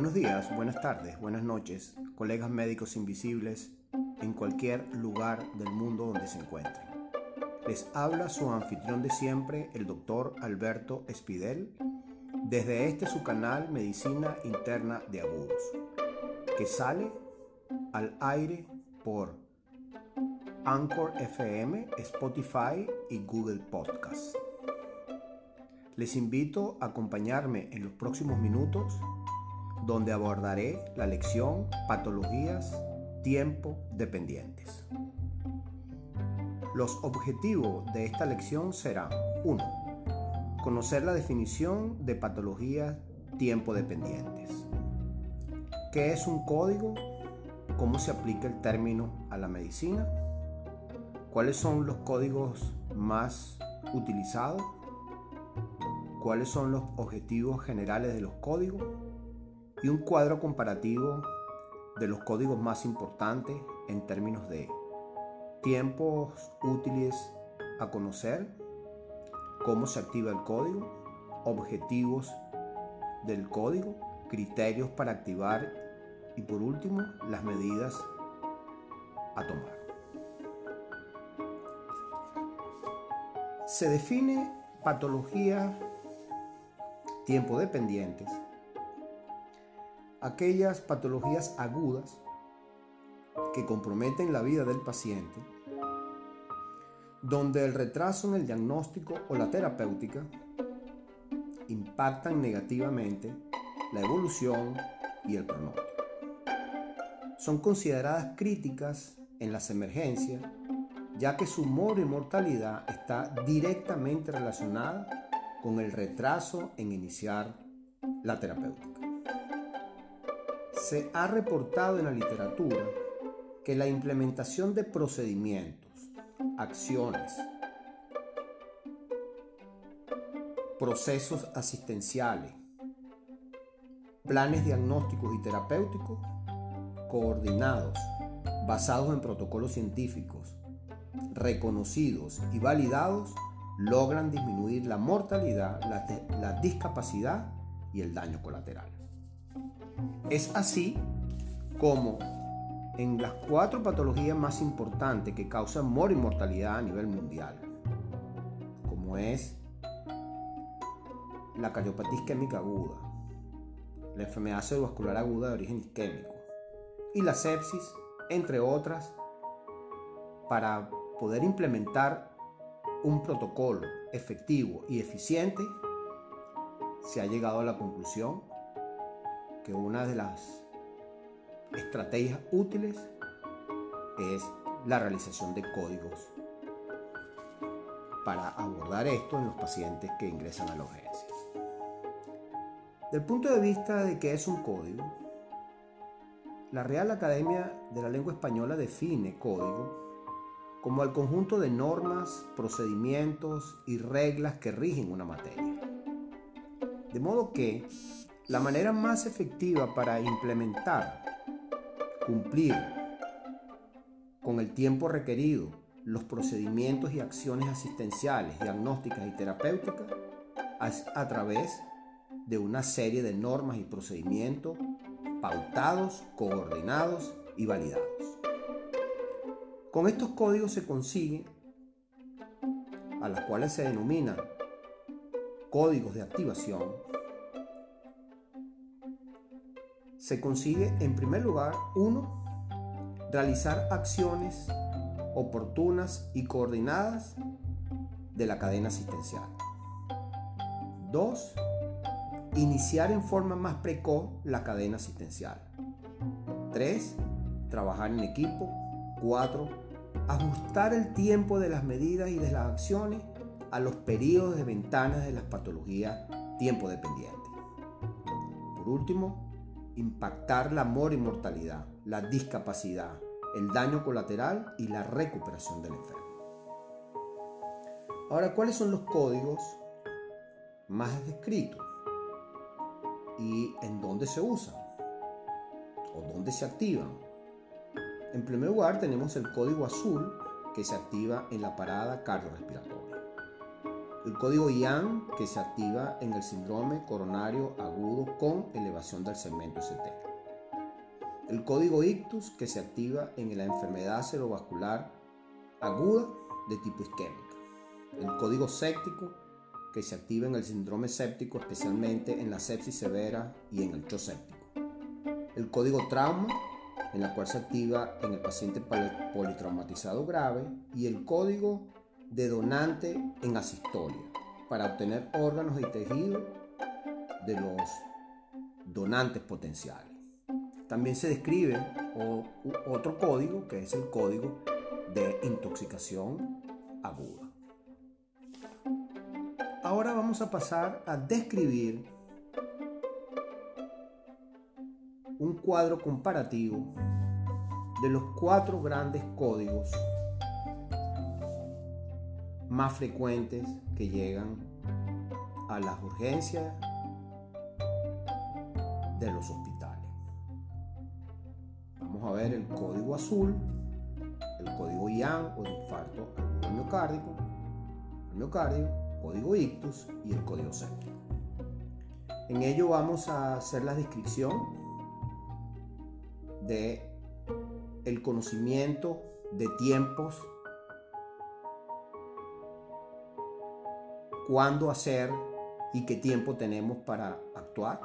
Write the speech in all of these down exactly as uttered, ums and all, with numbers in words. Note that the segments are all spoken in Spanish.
Buenos días, buenas tardes, buenas noches, colegas médicos invisibles en cualquier lugar del mundo donde se encuentren. Les habla su anfitrión de siempre, el doctor Alberto Espidel, desde este su canal Medicina Interna de Agudos, que sale al aire por Anchor F M, Spotify y Google Podcast. Les invito a acompañarme en los próximos minutos, donde abordaré la lección Patologías tiempo dependientes. Los objetivos de esta lección serán: uno. Conocer la definición de patologías tiempo dependientes. ¿Qué es un código? ¿Cómo se aplica el término a la medicina? ¿Cuáles son los códigos más utilizados? ¿Cuáles son los objetivos generales de los códigos? Y un cuadro comparativo de los códigos más importantes en términos de tiempos útiles a conocer, cómo se activa el código, objetivos del código, criterios para activar y por último las medidas a tomar. Se define patología tiempo dependientes aquellas patologías agudas que comprometen la vida del paciente, donde el retraso en el diagnóstico o la terapéutica impactan negativamente la evolución y el pronóstico. Son consideradas críticas en las emergencias, ya que su mortalidad está directamente relacionada con el retraso en iniciar la terapéutica. Se ha reportado en la literatura que la implementación de procedimientos, acciones, procesos asistenciales, planes diagnósticos y terapéuticos coordinados, basados en protocolos científicos, reconocidos y validados, logran disminuir la mortalidad, la, la discapacidad y el daño colateral. Es así como en las cuatro patologías más importantes que causan mortalidad a nivel mundial, como es la cardiopatía isquémica aguda, la enfermedad cerebrovascular aguda de origen isquémico y la sepsis, entre otras, para poder implementar un protocolo efectivo y eficiente, se ha llegado a la conclusión que una de las estrategias útiles es la realización de códigos para abordar esto en los pacientes que ingresan a las urgencias. Del punto de vista de qué es un código, la Real Academia de la Lengua Española define código como el conjunto de normas, procedimientos y reglas que rigen una materia. De modo que la manera más efectiva para implementar, cumplir con el tiempo requerido los procedimientos y acciones asistenciales, diagnósticas y terapéuticas es a través de una serie de normas y procedimientos pautados, coordinados y validados. Con estos códigos se consigue, a las cuales se denominan códigos de activación, se consigue en primer lugar, uno, realizar acciones oportunas y coordinadas de la cadena asistencial. dos. Iniciar en forma más precoz la cadena asistencial. tres. Trabajar en equipo. cuatro. Ajustar el tiempo de las medidas y de las acciones a los periodos de ventanas de las patologías tiempo dependientes. Por último, impactar la mortalidad, la discapacidad, el daño colateral y la recuperación del enfermo. Ahora, ¿cuáles son los códigos más descritos? ¿Y en dónde se usan? ¿O dónde se activan? En primer lugar, tenemos el código azul, que se activa en la parada cardiorrespiratoria. El código I A N, que se activa en el síndrome coronario agudo con elevación del segmento S T. El código ictus, que se activa en la enfermedad cerebrovascular aguda de tipo isquémica. El código séptico, que se activa en el síndrome séptico, especialmente en la sepsis severa y en el shock séptico. El código trauma, en la cual se activa en el paciente politraumatizado grave, y el código de donante en asistolia, para obtener órganos y tejidos de los donantes potenciales. También se describe otro código, que es el código de intoxicación aguda. Ahora vamos a pasar a describir un cuadro comparativo de los cuatro grandes códigos más frecuentes que llegan a las urgencias de los hospitales. Vamos a ver el código azul, el código I A N o de infarto agudo miocárdico, miocardio, código ictus y el código séptico. En ello vamos a hacer la descripción de el conocimiento de tiempos, cuándo hacer y qué tiempo tenemos para actuar,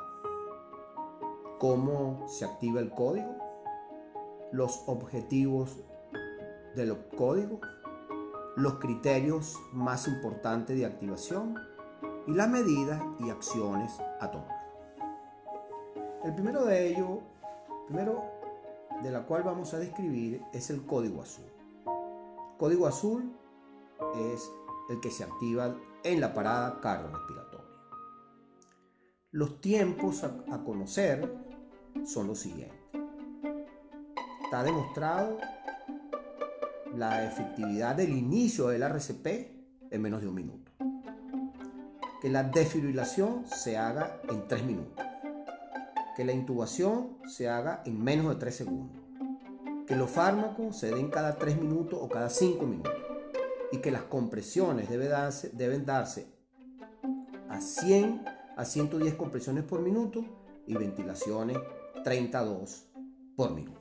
cómo se activa el código, los objetivos de los códigos, los criterios más importantes de activación y las medidas y acciones a tomar. El primero de ellos, primero de la cual vamos a describir, es el código azul. El código azul es el que se activa en la parada cardiorrespiratoria. Los tiempos a, a conocer son los siguientes. Está demostrado la efectividad del inicio del R C P en menos de un minuto. Que la desfibrilación se haga en tres minutos. Que la intubación se haga en menos de tres segundos. Que los fármacos se den cada tres minutos o cada cinco minutos. Y que las compresiones deben darse, deben darse a cien a ciento diez compresiones por minuto y ventilaciones treinta y dos por minuto.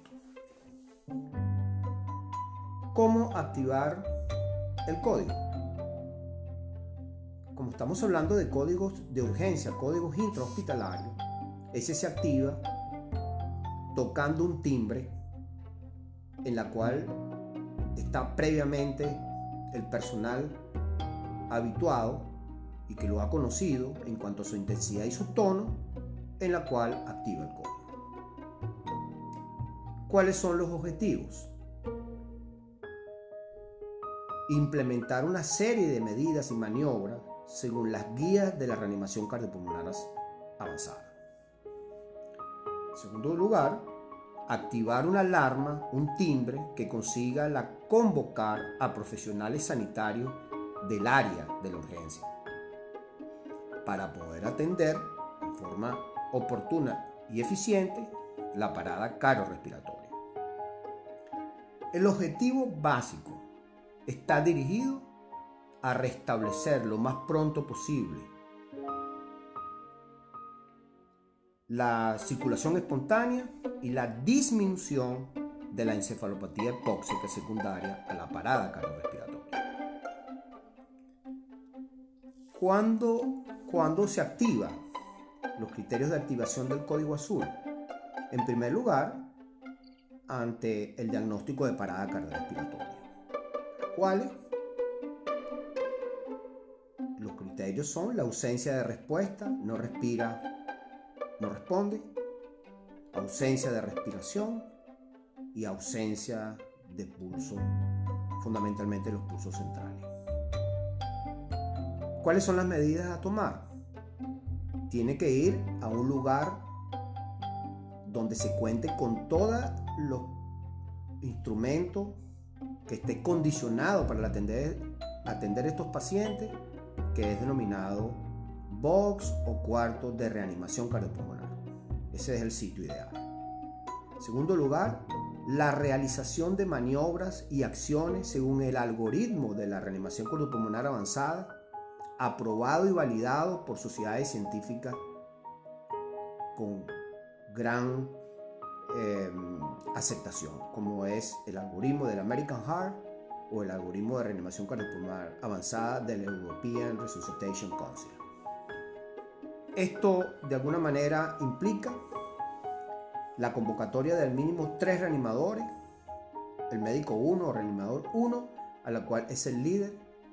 ¿Cómo activar el código? Como estamos hablando de códigos de urgencia, códigos intrahospitalarios, ese se activa tocando un timbre en la cual está previamente el personal habituado y que lo ha conocido en cuanto a su intensidad y su tono, en la cual activa el código. ¿Cuáles son los objetivos? Implementar una serie de medidas y maniobras según las guías de la reanimación cardiopulmonar avanzada. En segundo lugar, activar una alarma, un timbre que consiga la convocar a profesionales sanitarios del área de la urgencia para poder atender de forma oportuna y eficiente la parada cardiorrespiratoria. El objetivo básico está dirigido a restablecer lo más pronto posible la circulación espontánea y la disminución de la encefalopatía hipóxica secundaria a la parada cardiorrespiratoria. ¿Cuándo, cuándo se activa los criterios de activación del código azul? En primer lugar, ante el diagnóstico de parada cardiorrespiratoria. ¿Cuáles? Los criterios son la ausencia de respuesta, no respira, no responde, ausencia de respiración y ausencia de pulso, fundamentalmente los pulsos centrales. ¿Cuáles son las medidas a tomar? Tiene que ir a un lugar donde se cuente con todos los instrumentos que esté condicionado para atender, atender estos pacientes, que es denominado box o cuarto de reanimación cardiopulmonar. Ese es el sitio ideal. En segundo lugar, la realización de maniobras y acciones según el algoritmo de la reanimación cardiopulmonar avanzada aprobado y validado por sociedades científicas con gran eh, aceptación, como es el algoritmo del American Heart o el algoritmo de reanimación cardiopulmonar avanzada del European Resuscitation Council. Esto de alguna manera implica la convocatoria de al mínimo tres reanimadores, el médico uno o reanimador uno, a la cual es el líder,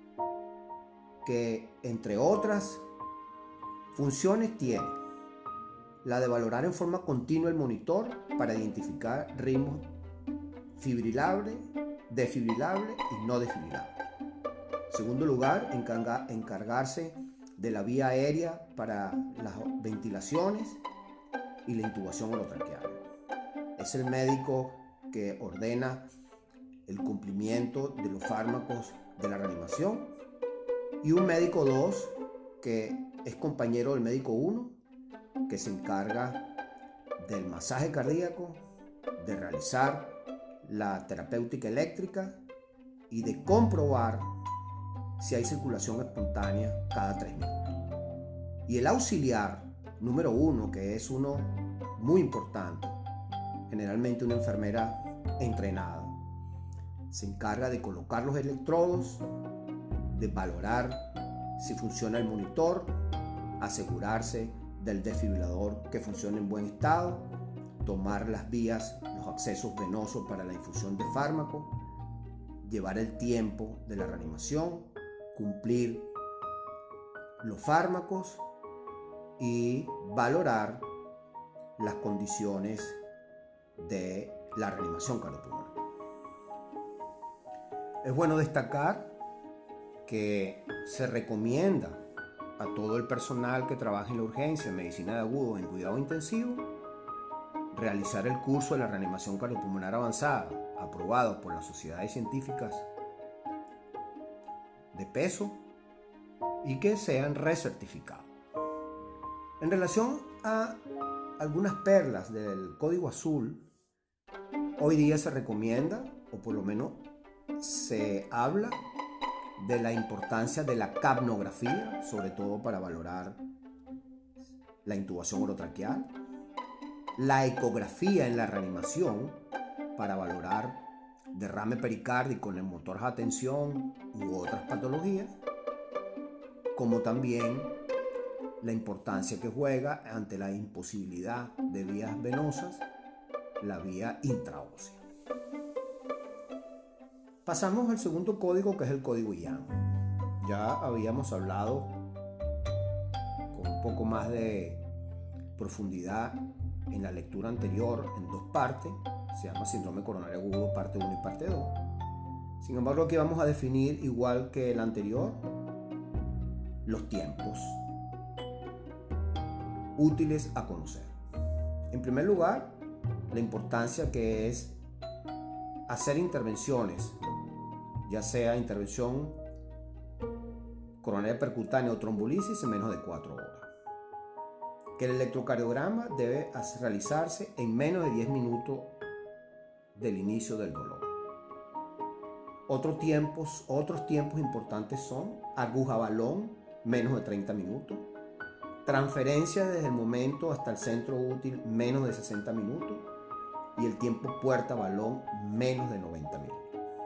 que entre otras funciones tiene la de valorar en forma continua el monitor para identificar ritmos fibrilables, desfibrilables y no desfibrilables. En segundo lugar, encarga, encargarse de la vía aérea para las ventilaciones y la intubación orotraqueal. Es el médico que ordena el cumplimiento de los fármacos de la reanimación, y un médico dos que es compañero del médico uno, que se encarga del masaje cardíaco, de realizar la terapéutica eléctrica y de comprobar si hay circulación espontánea cada tres minutos. Y el auxiliar número uno, que es uno muy importante, generalmente una enfermera entrenada, se encarga de colocar los electrodos, de valorar si funciona el monitor, asegurarse del desfibrilador que funcione en buen estado, tomar las vías, los accesos venosos para la infusión de fármaco, llevar el tiempo de la reanimación, cumplir los fármacos y valorar las condiciones de la reanimación cardiopulmonar. Es bueno destacar que se recomienda a todo el personal que trabaja en la urgencia, en medicina de agudo o en cuidado intensivo, realizar el curso de la reanimación cardiopulmonar avanzada, aprobado por las sociedades científicas de peso, y que sean recertificados. En relación a algunas perlas del Código Azul, hoy día se recomienda, o por lo menos se habla, de la importancia de la capnografía, sobre todo para valorar la intubación orotraqueal, la ecografía en la reanimación para valorar derrame pericárdico en el motor a tensión u otras patologías, como también la importancia que juega ante la imposibilidad de vías venosas la vía intraósea. Pasamos al segundo código, que es el código I A N. Ya habíamos hablado con un poco más de profundidad en la lectura anterior en dos partes. Se llama síndrome coronario agudo parte uno y parte dos. Sin embargo, aquí vamos a definir, igual que el anterior, los tiempos útiles a conocer. En primer lugar, la importancia que es hacer intervenciones, ya sea intervención coronaria percutánea o trombolisis, en menos de cuatro horas. Que el electrocardiograma debe realizarse en menos de diez minutos del inicio del dolor. Otros tiempos, otros tiempos importantes son aguja balón, menos de treinta minutos. Transferencia desde el momento hasta el centro útil, menos de sesenta minutos. Y el tiempo puerta balón, menos de noventa minutos.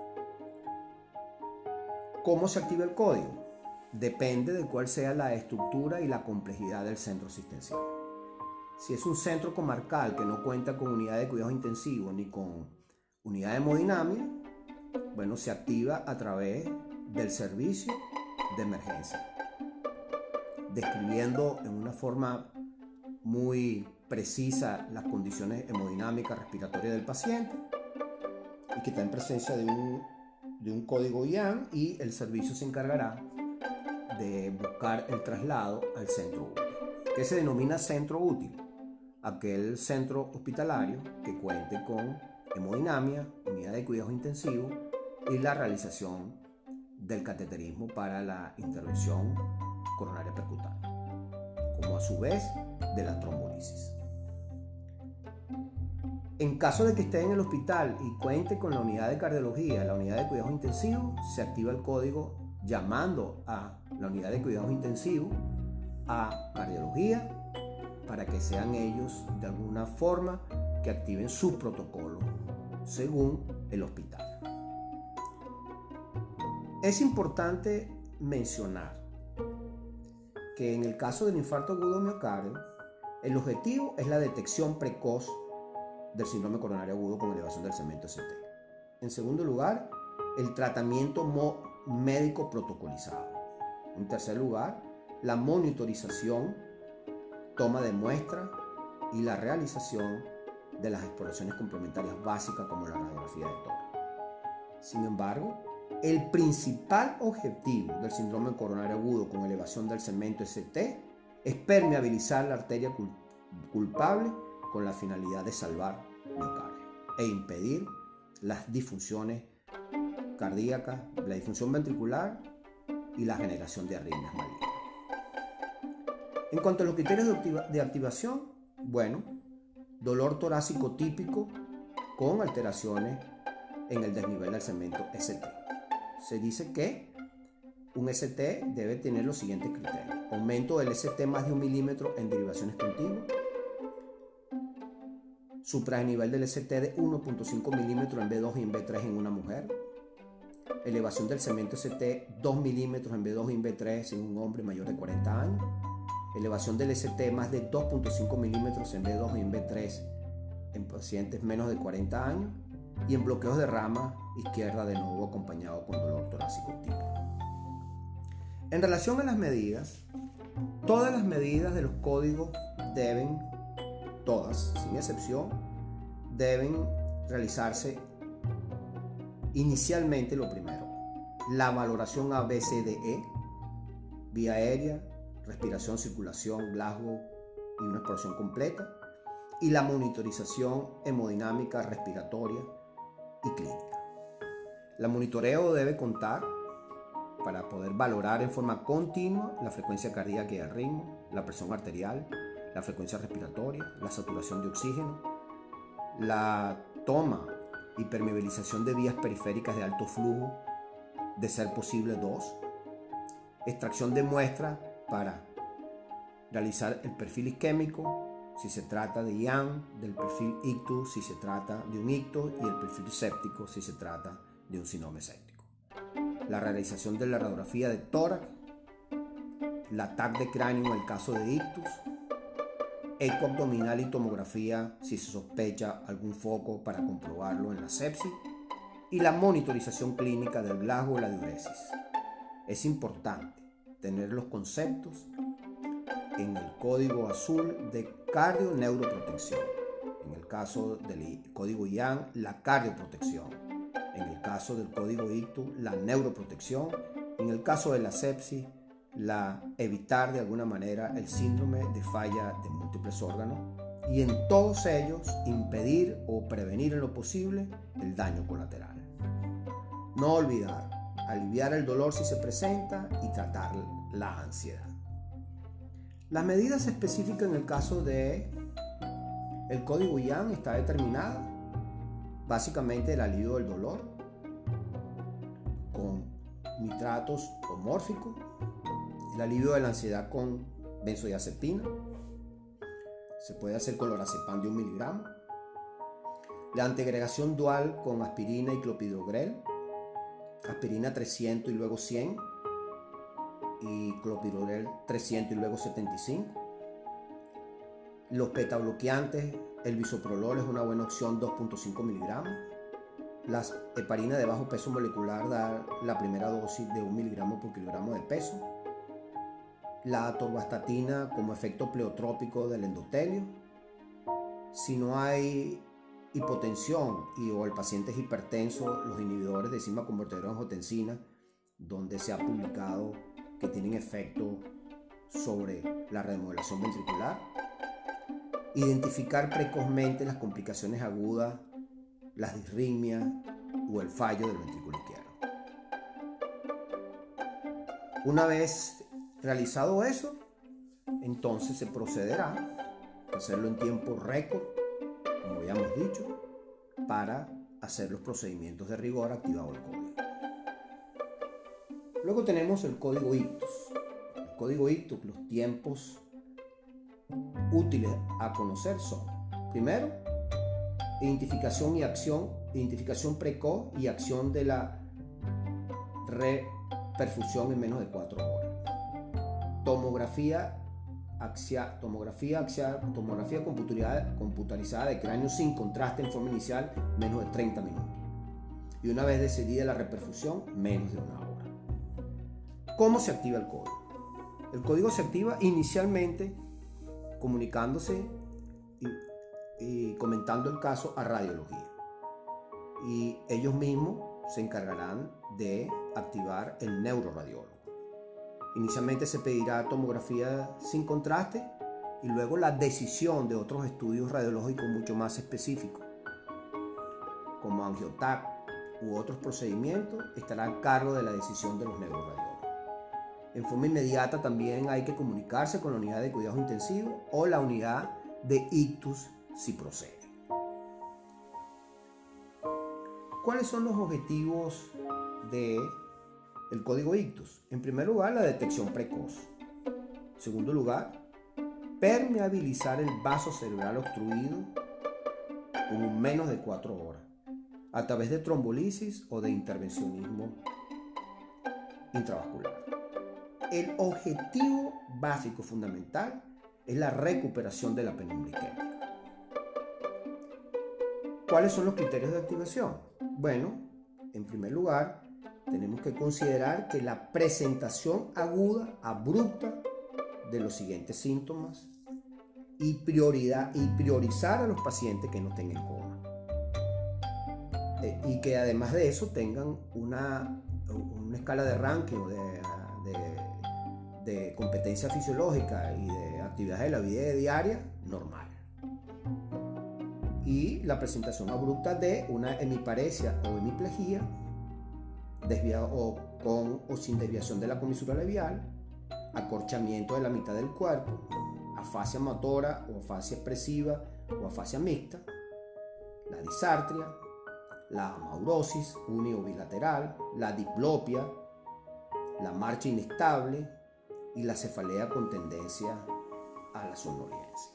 ¿Cómo se activa el código? Depende de cuál sea la estructura y la complejidad del centro asistencial. Si es un centro comarcal que no cuenta con unidad de cuidados intensivos ni con unidad de hemodinamia, bueno, se activa a través del servicio de emergencia, describiendo en una forma muy precisa las condiciones hemodinámicas respiratorias del paciente, y que está en presencia de un, de un código I A N, y el servicio se encargará de buscar el traslado al centro útil. ¿Qué se denomina centro útil? Aquel centro hospitalario que cuente con hemodinamia, unidad de cuidados intensivos y la realización del cateterismo para la intervención coronaria percutánea, como a su vez de la trombolisis. En caso de que esté en el hospital y cuente con la unidad de cardiología, la unidad de cuidados intensivos, se activa el código llamando a la unidad de cuidados intensivos, a cardiología, para que sean ellos de alguna forma que activen sus protocolos según el hospital. Es importante mencionar que en el caso del infarto agudo de miocardio, el objetivo es la detección precoz del síndrome coronario agudo con elevación del segmento S T. En segundo lugar, el tratamiento médico protocolizado. En tercer lugar, la monitorización, toma de muestra y la realización de las exploraciones complementarias básicas como la radiografía de tórax. Sin embargo, el principal objetivo del síndrome coronario agudo con elevación del segmento S T es permeabilizar la arteria culpable con la finalidad de salvar miocardio e impedir las disfunciones cardíacas, la disfunción ventricular y la generación de arritmias malignas. En cuanto a los criterios de, activa, de activación, bueno, dolor torácico típico con alteraciones en el desnivel del segmento S T. Se dice que un S T debe tener los siguientes criterios: aumento del S T más de un milímetro en derivaciones continuas, supradesnivel del S T de uno punto cinco milímetros en B dos y en B tres en una mujer, elevación del segmento S T dos milímetros en B dos y en B tres en un hombre mayor de cuarenta años, elevación del S T más de dos punto cinco milímetros en B dos y en B tres en pacientes menos de cuarenta años, y en bloqueos de rama izquierda de nuevo acompañado con dolor torácico típico. En relación a las medidas, todas las medidas de los códigos deben, todas, sin excepción, deben realizarse inicialmente. Lo primero, la valoración A B C D E, vía aérea, respiración, circulación, Glasgow y una exploración completa, y la monitorización hemodinámica, respiratoria y clínica. El monitoreo debe contar para poder valorar en forma continua la frecuencia cardíaca y el ritmo, la presión arterial, la frecuencia respiratoria, la saturación de oxígeno, la toma y permeabilización de vías periféricas de alto flujo, de ser posible dos, extracción de muestras para realizar el perfil isquémico, si se trata de I A N, del perfil ictus, si se trata de un ictus, y el perfil séptico, si se trata de un síndrome séptico. La realización de la radiografía de tórax, la T A C de cráneo en el caso de ictus, eco abdominal y tomografía si se sospecha algún foco para comprobarlo en la sepsis, y la monitorización clínica del Glasgow y la diuresis. Es importante tener los conceptos en el código azul de cardio-neuroprotección. En el caso del código I A N, la cardioprotección. En el caso del código ictus, la neuroprotección. En el caso de la sepsis, la evitar de alguna manera el síndrome de falla de múltiples órganos. Y en todos ellos, impedir o prevenir en lo posible el daño colateral. No olvidar, aliviar el dolor si se presenta y tratar la ansiedad. Las medidas específicas en el caso de el código I A N está determinada básicamente el alivio del dolor con nitratos o mórficos, el alivio de la ansiedad con benzodiazepina, se puede hacer con lorazepam de un miligramo, la antiagregación dual con aspirina y clopidogrel, aspirina trescientos y luego cien, y clopidogrel trescientos y luego setenta y cinco. Los petabloqueantes, el bisoprolol es una buena opción, dos punto cinco miligramos. Las heparinas de bajo peso molecular da la primera dosis de un miligramo por kilogramo de peso. La atorvastatina como efecto pleotrópico del endotelio. Si no hay hipotensión y o el paciente es hipertenso, los inhibidores de enzima convertedora de angiotensina, donde se ha publicado que tienen efecto sobre la remodelación ventricular. Identificar precozmente las complicaciones agudas, las disritmias o el fallo del ventrículo izquierdo. Una vez realizado eso, entonces se procederá a hacerlo en tiempo récord, como ya hemos dicho, para hacer los procedimientos de rigor activado el código. Luego tenemos el código ictus. El código ictus, los tiempos útiles a conocer son: primero, identificación y acción, identificación precoz y acción de la reperfusión en menos de cuatro horas. Tomografía axial, tomografía axial, tomografía computarizada, computarizada de cráneo sin contraste en forma inicial, menos de treinta minutos. Y una vez decidida la reperfusión, menos de una hora. ¿Cómo se activa el código? El código se activa inicialmente comunicándose y, y comentando el caso a radiología. Y ellos mismos se encargarán de activar el neuroradiólogo. Inicialmente se pedirá tomografía sin contraste y luego la decisión de otros estudios radiológicos mucho más específicos, como angiotac u otros procedimientos, estará a cargo de la decisión de los neuroradiólogos. En forma inmediata también hay que comunicarse con la unidad de cuidados intensivos o la unidad de ictus si procede. ¿Cuáles son los objetivos del código ictus? En primer lugar, la detección precoz. En segundo lugar, permeabilizar el vaso cerebral obstruido con menos de cuatro horas a través de trombolisis o de intervencionismo intravascular. El objetivo básico fundamental es la recuperación de la penumbra isquémica. ¿Cuáles son los criterios de activación? Bueno, en primer lugar, tenemos que considerar que la presentación aguda, abrupta de los siguientes síntomas y, prioridad, y priorizar a los pacientes que no estén en coma. Eh, y que además de eso tengan una, una escala de ranking o de, de, de competencia fisiológica y de actividades de la vida diaria normal. Y la presentación abrupta de una hemiparesia o hemiplegia desviado o con o sin desviación de la comisura labial, acorchamiento de la mitad del cuerpo, afasia motora o afasia expresiva o afasia mixta, la disartria, la amaurosis uni o bilateral, la diplopia, la marcha inestable y la cefalea con tendencia a la somnolencia.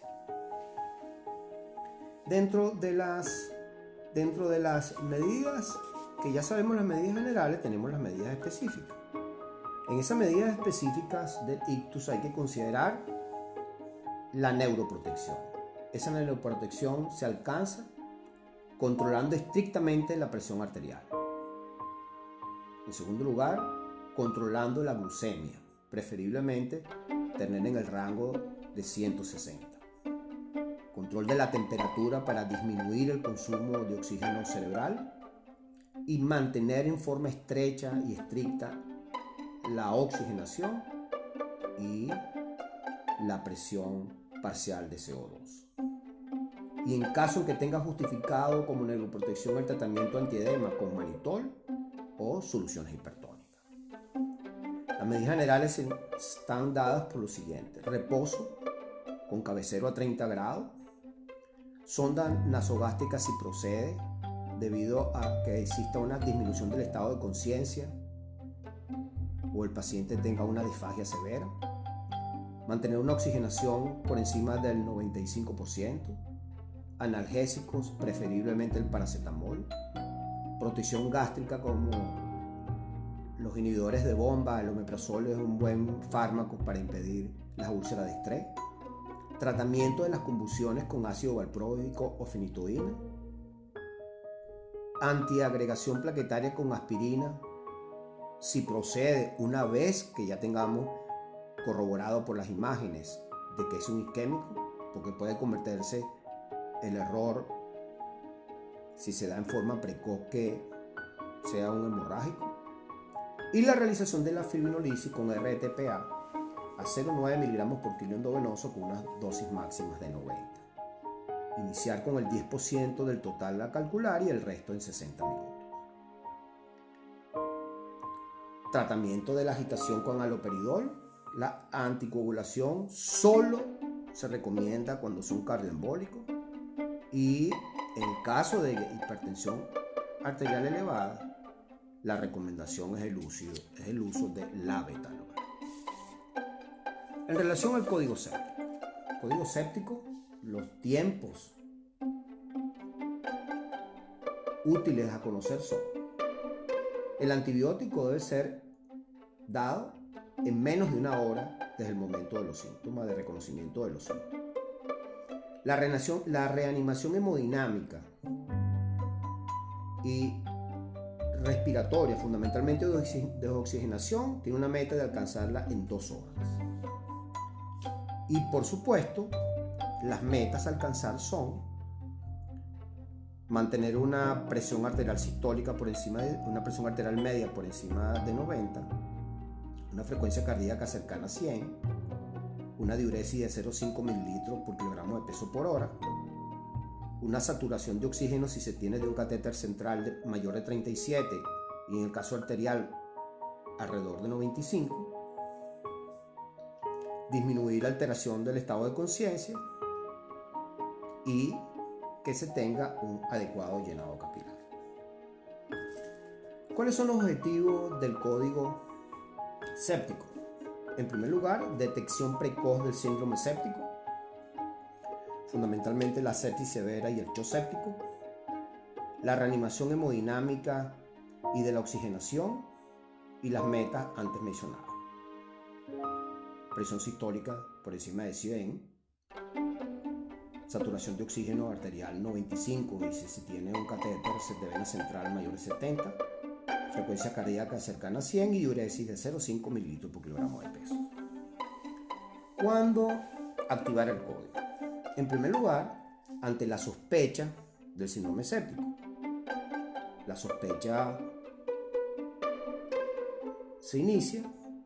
Dentro de las, dentro de las medidas, que ya sabemos las medidas generales, tenemos las medidas específicas. En esas medidas específicas del ictus hay que considerar la neuroprotección. Esa neuroprotección se alcanza controlando estrictamente la presión arterial. En segundo lugar, controlando la glucemia, preferiblemente tener en el rango de ciento sesenta. Control de la temperatura para disminuir el consumo de oxígeno cerebral y mantener en forma estrecha y estricta la oxigenación y la presión parcial de C O dos. Y en caso en que tenga justificado como neuroprotección el tratamiento antiedema con manitol o soluciones hipertónicas. Las medidas generales están dadas por lo siguiente: reposo con cabecero a treinta grados, sonda nasogástrica si procede, debido a que exista una disminución del estado de conciencia o el paciente tenga una disfagia severa, mantener una oxigenación por encima del noventa y cinco por ciento, analgésicos, preferiblemente el paracetamol, protección gástrica como los inhibidores de bomba, el omeprazol es un buen fármaco para impedir las úlceras de estrés, tratamiento de las convulsiones con ácido valproico o fenitoína, antiagregación plaquetaria con aspirina, si procede una vez que ya tengamos corroborado por las imágenes de que es un isquémico, porque puede convertirse el error si se da en forma precoz que sea un hemorrágico, y la realización de la fibrinolisis con R T P A a cero coma nueve miligramos por kilo endovenoso con unas dosis máximas de noventa. Iniciar con el diez por ciento del total a calcular y el resto en sesenta minutos. Tratamiento de la agitación con haloperidol. La anticoagulación solo se recomienda cuando son cardioembólicos y en caso de hipertensión arterial elevada, la recomendación es el uso, es el uso de la betalural. En relación al código séptico, código séptico, los tiempos útiles a conocer son: el antibiótico debe ser dado en menos de una hora desde el momento de los síntomas, de reconocimiento de los síntomas. La reanimación, la reanimación hemodinámica y respiratoria, fundamentalmente de oxigenación, tiene una meta de alcanzarla en dos horas. Y por supuesto, las metas a alcanzar son mantener una presión arterial sistólica por encima de una presión arterial media por encima de noventa, una frecuencia cardíaca cercana a cien, una diuresis de cero coma cinco mililitros por kilogramo de peso por hora, una saturación de oxígeno si se tiene de un catéter central de mayor de treinta y siete y en el caso arterial alrededor de noventa y cinco, disminuir la alteración del estado de conciencia y que se tenga un adecuado llenado capilar. ¿Cuáles son los objetivos del código séptico? En primer lugar, detección precoz del síndrome séptico, fundamentalmente la sepsis severa y el shock séptico, la reanimación hemodinámica y de la oxigenación y las metas antes mencionadas. Presión sistólica por encima de cien, saturación de oxígeno arterial noventa y cinco y si se tiene un catéter de vena central mayor de setenta, frecuencia cardíaca cercana a cien y diuresis de cero coma cinco mililitros por kilogramo de peso. ¿Cuándo activar el código? En primer lugar, ante la sospecha del síndrome séptico. La sospecha se inicia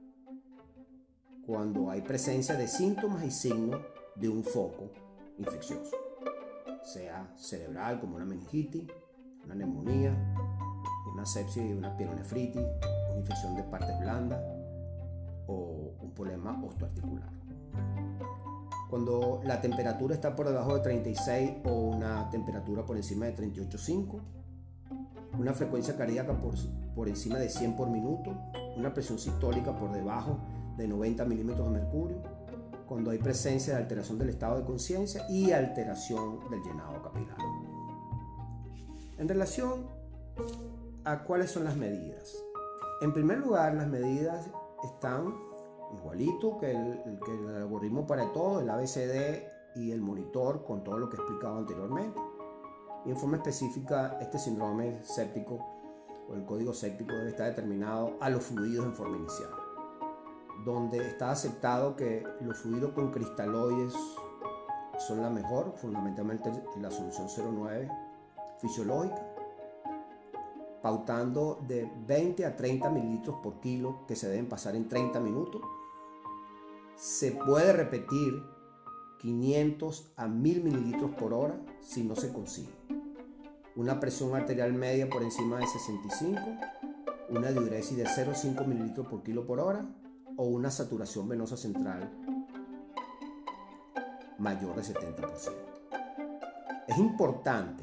cuando hay presencia de síntomas y signos de un foco infeccioso, sea cerebral como una meningitis, una neumonía, una sepsis y una pielonefritis, una infección de partes blandas o un problema osteoarticular. Cuando la temperatura está por debajo de treinta y seis o una temperatura por encima de treinta y ocho punto cinco, una frecuencia cardíaca por, por encima de cien por minuto, una presión sistólica por debajo de noventa milímetros de mercurio, cuando hay presencia de alteración del estado de conciencia y alteración del llenado capilar. En relación a cuáles son las medidas. En primer lugar, las medidas están igualito que el, que el algoritmo Pareto, el A B C D y el monitor con todo lo que he explicado anteriormente. Y en forma específica, este síndrome séptico o el código séptico debe estar determinado a los fluidos en forma inicial, donde está aceptado que los fluidos con cristaloides son la mejor, fundamentalmente la solución cero nueve fisiológica, pautando de veinte a treinta mililitros por kilo que se deben pasar en treinta minutos. Se puede repetir quinientos a mil mililitros por hora si no se consigue. Una presión arterial media por encima de sesenta y cinco, una diuresis de cero coma cinco mililitros por kilo por hora o una saturación venosa central mayor de setenta por ciento. Es importante,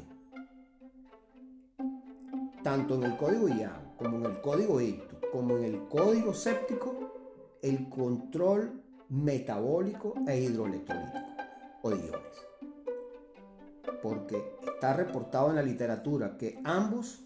tanto en el código I A M, como en el código Ictus, como en el código séptico, el control metabólico e hidroelectrolítico o de iones. Porque está reportado en la literatura que ambos,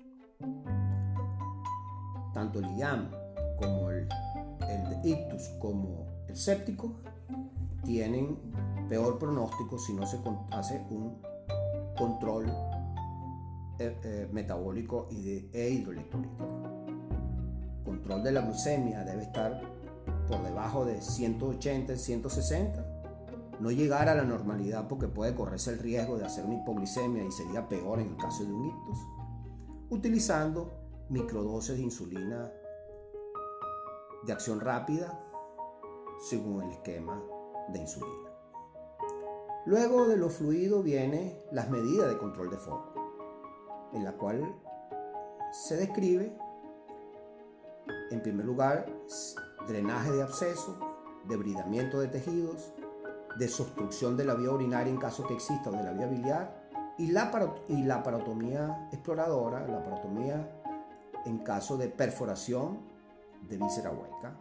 tanto el I A M como el, el de Ictus como el séptico, tienen peor pronóstico si no se hace un control eh, eh, metabólico y de, e hidroelectrolítico. Control de la glucemia debe estar por debajo de ciento ochenta, ciento sesenta, no llegar a la normalidad porque puede correrse el riesgo de hacer una hipoglicemia y sería peor en el caso de un ictus, utilizando microdosis de insulina de acción rápida según el esquema de insulina. Luego de los fluidos vienen las medidas de control de foco, en la cual se describe en primer lugar drenaje de absceso, debridamiento de tejidos, desobstrucción de la vía urinaria en caso que exista o de la vía biliar y la, y la parotomía exploradora, la parotomía en caso de perforación de víscera hueca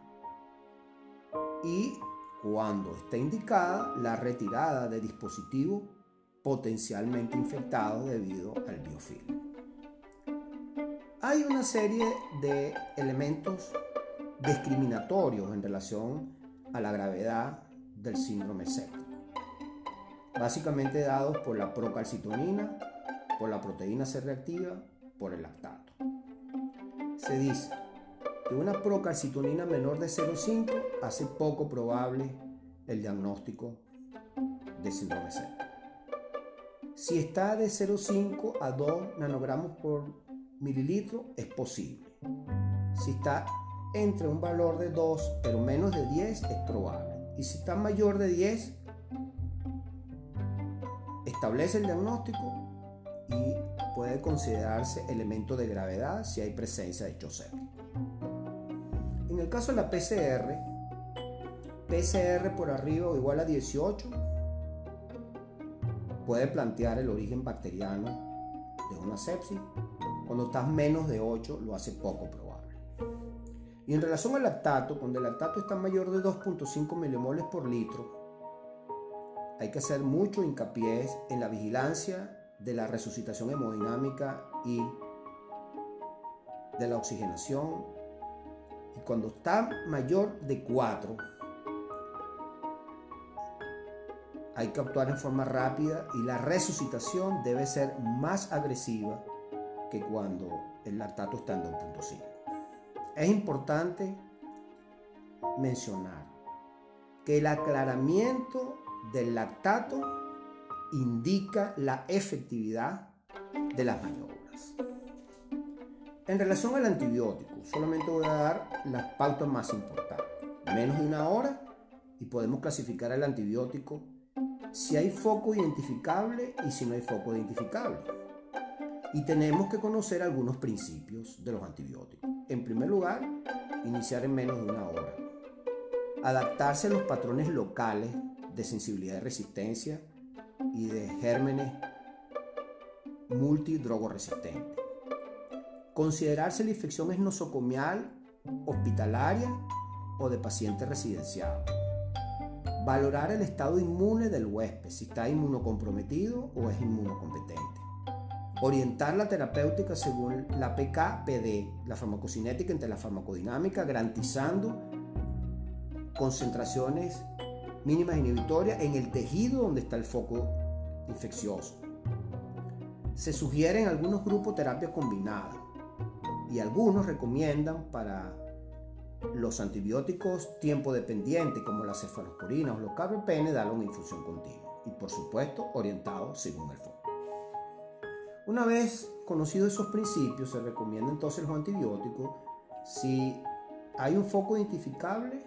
y cuando está indicada la retirada de dispositivos potencialmente infectados debido al biofilm. Hay una serie de elementos discriminatorios en relación a la gravedad del síndrome séptico, básicamente dados por la procalcitonina, por la proteína C reactiva, por el lactato. Se dice que una procalcitonina menor de cero coma cinco hace poco probable el diagnóstico de síndrome séptico. Si está de cero coma cinco a dos nanogramos por mililitro, es posible. Si está entre un valor de dos pero menos de diez, es probable. Y si está mayor de diez, establece el diagnóstico y puede considerarse elemento de gravedad si hay presencia de hecho séptico. En el caso de la P C R, P C R por arriba o igual a dieciocho puede plantear el origen bacteriano de una sepsis. Cuando estás menos de ocho, lo hace poco probable. Y en relación al lactato, cuando el lactato está mayor de dos punto cinco milimoles por litro, hay que hacer mucho hincapié en la vigilancia de la resucitación hemodinámica y de la oxigenación. Y cuando está mayor de cuatro, hay que actuar en forma rápida y la resucitación debe ser más agresiva que cuando el lactato está en dos punto cinco. Es importante mencionar que el aclaramiento del lactato indica la efectividad de las maniobras. En relación al antibiótico, solamente voy a dar las pautas más importantes. Menos de una hora y podemos clasificar el antibiótico si hay foco identificable y si no hay foco identificable. Y tenemos que conocer algunos principios de los antibióticos. En primer lugar, iniciar en menos de una hora. Adaptarse a los patrones locales de sensibilidad y resistencia y de gérmenes multidrogoresistentes. Considerar si la infección es nosocomial, hospitalaria o de paciente residenciado. Valorar el estado inmune del huésped, si está inmunocomprometido o es inmunocompetente. Orientar la terapéutica según la P K P D, la farmacocinética entre la farmacodinámica, garantizando concentraciones mínimas inhibitorias en el tejido donde está el foco infeccioso. Se sugieren algunos grupos terapias combinadas y algunos recomiendan para los antibióticos tiempo dependiente como la cefalosporina o los carbapenems darle una infusión continua y por supuesto orientado según el foco. Una vez conocidos esos principios, se recomienda entonces los antibióticos si hay un foco identificable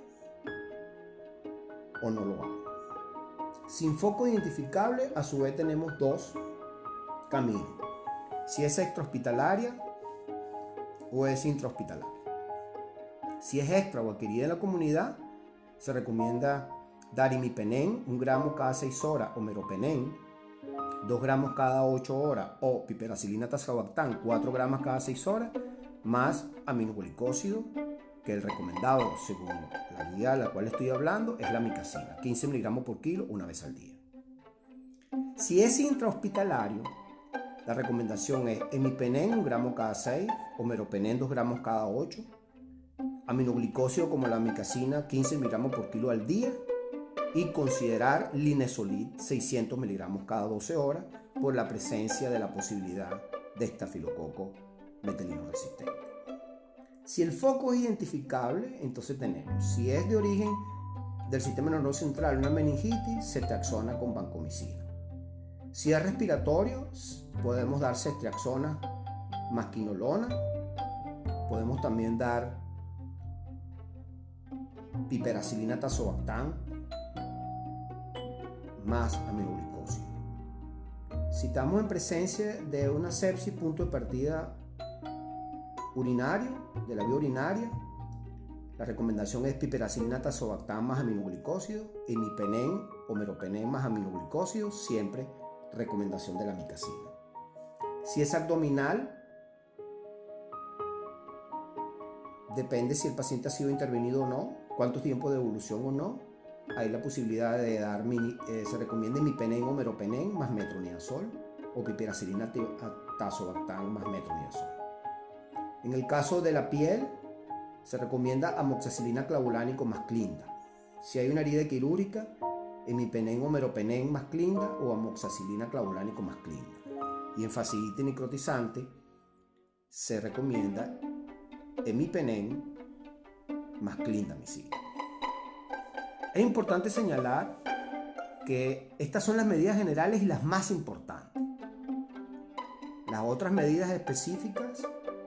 o no lo hay. Sin foco identificable, a su vez tenemos dos caminos. Si es extrahospitalaria o es intrahospitalaria. Si es extra o adquirida en la comunidad, se recomienda dar imipenem, un gramo cada seis horas, o meropenem, dos gramos cada ocho horas, o piperacilina tazobactam, cuatro gramos cada seis horas, más aminoglicósido, que el recomendado, según la guía de la cual estoy hablando, es la amicacina, quince miligramos por kilo una vez al día. Si es intrahospitalario, la recomendación es imipenem, un gramo cada seis, o meropenem, dos gramos cada ocho, aminoglicósido como la amicacina, quince miligramos por kilo al día, y considerar linezolid, seiscientos miligramos cada doce horas, por la presencia de la posibilidad de estafilococo betelino resistente. Si el foco es identificable, entonces tenemos, si es de origen del sistema nervioso central, una meningitis, ceftriaxona con vancomicina. Si es respiratorio, podemos dar ceftriaxona más quinolona. Podemos también dar piperacilina tazobactam más aminoglicósido. Si estamos en presencia de una sepsis, punto de partida urinario, de la vía urinaria, la recomendación es piperacilina tazobactam más aminoglicósido, imipenem o meropenem más aminoglicósido, siempre recomendación de la amicacina. Si es abdominal, depende si el paciente ha sido intervenido o no, cuánto tiempo de evolución o no. Hay la posibilidad de dar, mini, eh, se recomienda imipenem o meropenem más metronidazol o piperacilina tazobactam más metronidazol. En el caso de la piel, se recomienda amoxicilina clavulánico más clinda. Si hay una herida quirúrgica, imipenem o meropenem más clinda o amoxicilina clavulánico más clinda. Y en fasciitis necrotizante, se recomienda imipenem más clindamicina. Es importante señalar que estas son las medidas generales y las más importantes. Las otras medidas específicas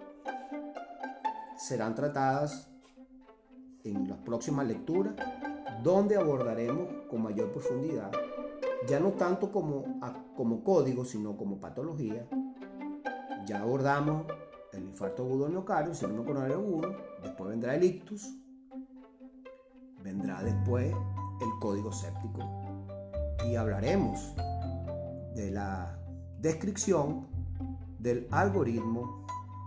serán tratadas en las próximas lecturas, donde abordaremos con mayor profundidad, ya no tanto como, como código, sino como patología. Ya abordamos el infarto agudo del miocardio, el síndrome coronario agudo, después vendrá el ictus, vendrá después el código séptico y hablaremos de la descripción del algoritmo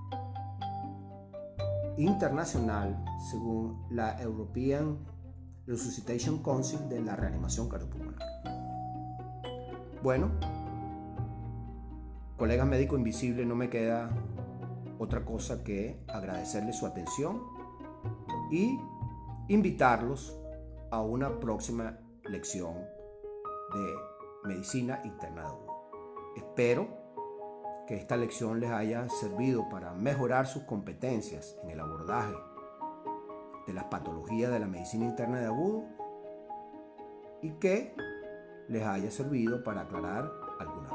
internacional según la European Resuscitation Council de la reanimación cardiopulmonar. Bueno, colegas médicos invisibles, no me queda otra cosa que agradecerles su atención y invitarlos a una próxima lección de medicina interna de agudo. Espero que esta lección les haya servido para mejorar sus competencias en el abordaje de las patologías de la medicina interna de agudo y que les haya servido para aclarar algunas